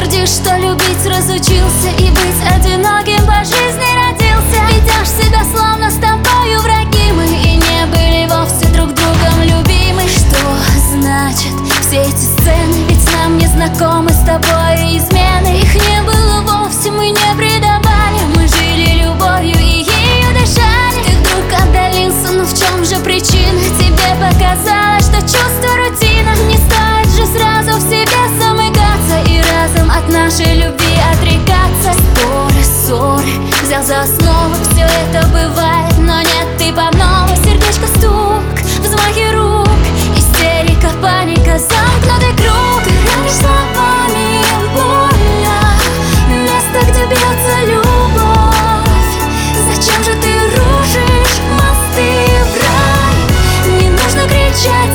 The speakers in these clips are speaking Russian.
Твердишь, что любить разучился и быть одиноким по жизни родился. Ведешь себя словно с тобою враги мы и не были вовсе друг другом любимы. Что значит все эти сцены? Ведь нам не знакомы с тобой измены. Их не было вовсе, мы не предавали. Мы жили любовью и ею дышали. Ты вдруг отдалился, но в чем же причина? Тебе показалось, что чувство рутина. Не стоит же сразу в себе замыкаться и разом от нашей любви отрекаться. Споры, ссоры, взял за основу, все это бывает, но нет, ты по новой. Сердечко стук, взмахи рук, истерика, паника, замкнутый круг. Ты ранишь словами больно место, где бьется любовь. Зачем же ты рушишь мосты в рай? Не нужно кричать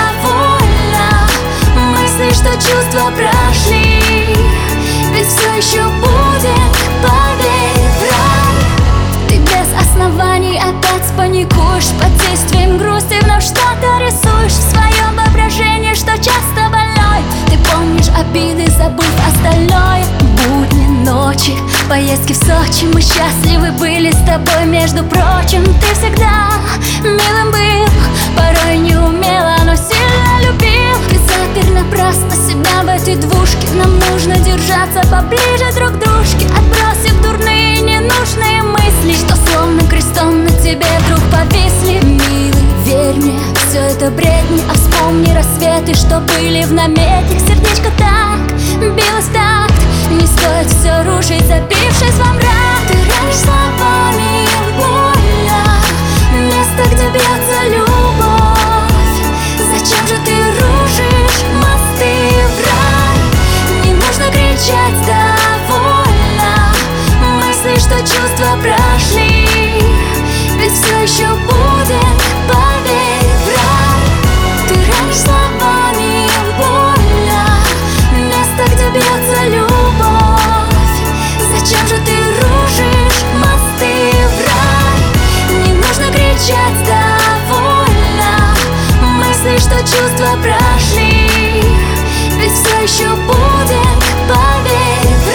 довольно. Мысли, что чувства прошли, ведь все еще будет, поверь, в рай. Ты без оснований опять паникуешь, под действием грусти вновь что-то рисуешь в своем воображении, что часто больной. Ты помнишь обиды, забыв остальное. Будни, ночи, поездки в Сочи, мы счастливы были с тобой, между прочим. Ты всегда милым был, порой не умела, но сильно любил. Ты запер напрасно себя в этой двушке. Нам нужно держаться поближе друг к дружке, отбросив дурные ненужные мысли, что словно крестом на тебе вдруг повисли. Милый, верь мне, все это бредни, а вспомни рассветы, что были в наметях. Сердечко так билось в такт, не стоит все рушить, забившись во мрак. Ты ранишь словами больно место, где бьется любовь. Зачем же ты рушишь мосты в рай? Не нужно кричать довольно. Мысли, что чувства прошли, ведь все еще будет, поверь, в рай. Ты ранишь словами больно место, где бьется любовь. Зачем же ты рушишь мосты в рай? Не нужно кричать довольно. Мысли, что чувства прошли, ведь все еще будет, поверь.